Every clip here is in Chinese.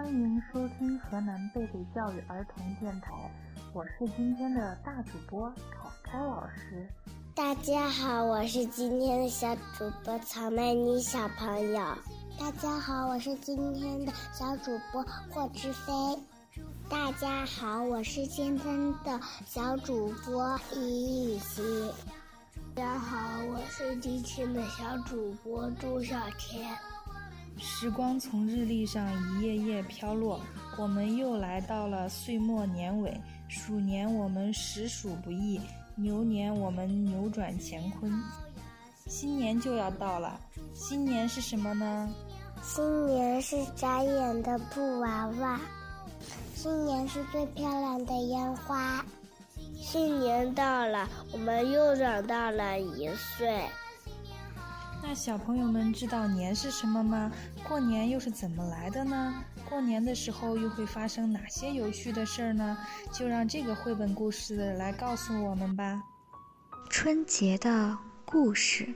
欢迎收听河南贝贝教育儿童电台，我是今天的大主播凯凯老师。 大家好，我是今天的小主播曹曼妮小朋友。 大家好，我是今天的小主播霍志飞。 大家好，我是今天的小主播李雨欣。 大家好，我是今天的小主播朱小天。 时光从日历上一页页飘落，我们又来到了岁末年尾。鼠年我们实属不易，牛年我们扭转乾坤。新年就要到了，新年是什么呢？ 新年是眨眼的布娃娃， 新年是最漂亮的烟花。 新年到了，我们又长大了1岁。 那小朋友们知道年是什么吗？过年又是怎么来的呢？过年的时候又会发生哪些有趣的事儿呢？就让这个绘本故事来告诉我们吧。 春节的故事。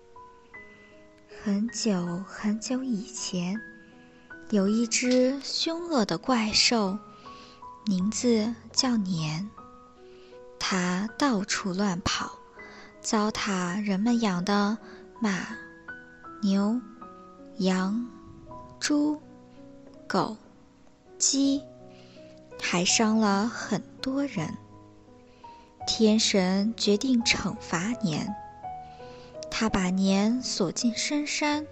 很久很久以前，有一只凶恶的怪兽，名字叫年。它到处乱跑，糟蹋人们养的马、牛、羊、猪、狗、鸡，还伤了很多人。天神决定惩罚年，他把年锁进深山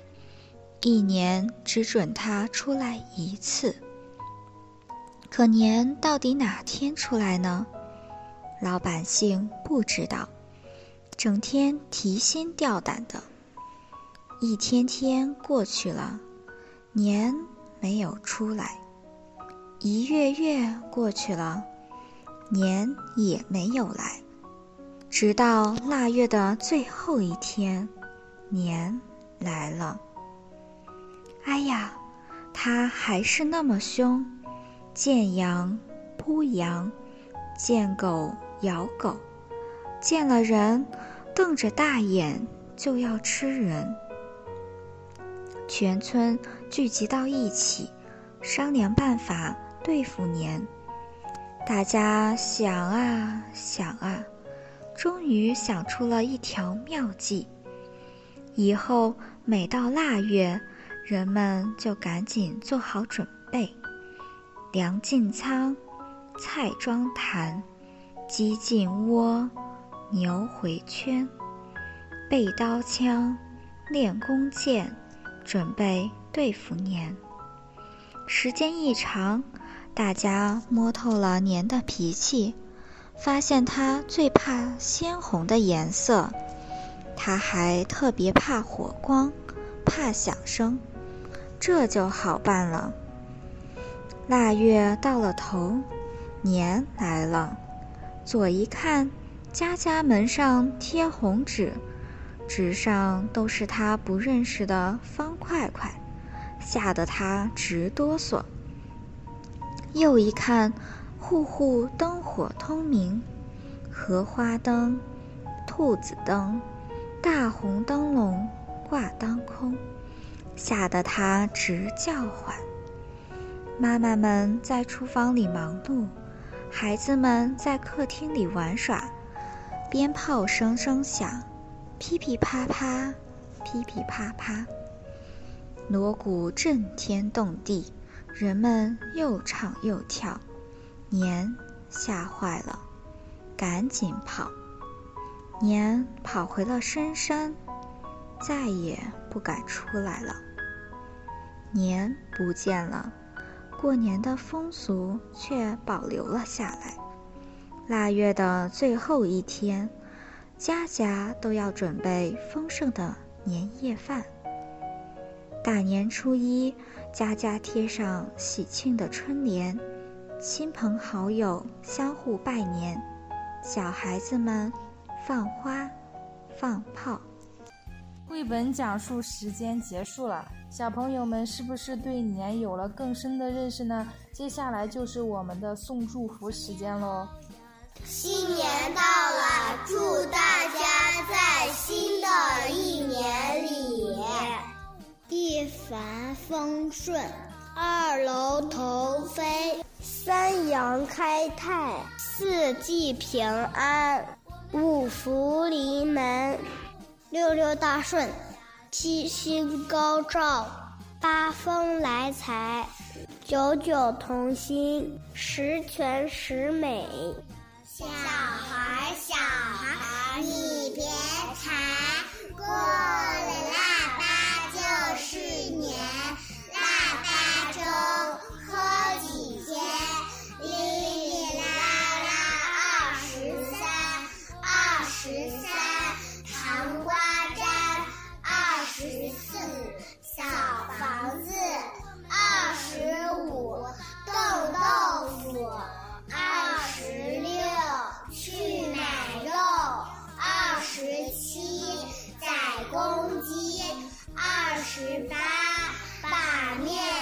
，1年只准他出来1次。可年到底哪天出来呢？老百姓不知道，整天提心吊胆的。一天天过去了，年没有出来；一月月过去了，年也没有来。直到腊月的最后一天，年来了。哎呀，他还是那么凶，见羊扑羊，见狗咬狗，见了人瞪着大眼就要吃人。全村聚集到一起，商量办法对付年。大家想啊想啊，终于想出了一条妙计。以后每到腊月，人们就赶紧做好准备，粮进仓，菜装坛，鸡进窝，牛回圈，备刀枪，练弓箭，准备对付年。时间一长，大家摸透了年的脾气，发现他最怕鲜红的颜色，他还特别怕火光，怕响声，这就好办了。腊月到了头，年来了。左一看，家家门上贴红纸，纸上都是他不认识的方块块，吓得他直哆嗦。右一看，户户灯火通明，荷花灯、兔子灯、大红灯笼挂当空，吓得他直叫唤。妈妈们在厨房里忙碌，孩子们在客厅里玩耍，鞭炮声声响，噼噼啪啪，噼噼啪啪，锣鼓震天动地，人们又唱又跳。年吓坏了，赶紧跑。年跑回了深山，再也不敢出来了。年不见了，过年的风俗却保留了下来。腊月的最后一天，家家都要准备丰盛的年夜饭。大年初一，家家贴上喜庆的春联，亲朋好友相互拜年，小孩子们放花放炮。 绘本讲述时间结束了，小朋友们是不是对年有了更深的认识呢？接下来就是我们的送祝福时间喽。 新年到了，祝大家在新的1年里一帆风顺， 二楼腾飞，三阳开泰，四季平安，五福临门，六六大顺，七星高照，八风来财，九九同心，十全十美。 小孩，小孩，你别馋，过了腊八就是年，腊八粥喝几天，哩哩啦啦23，23糖瓜粘，24小房子，25冻豆腐，26去买肉，27宰公鸡，28把面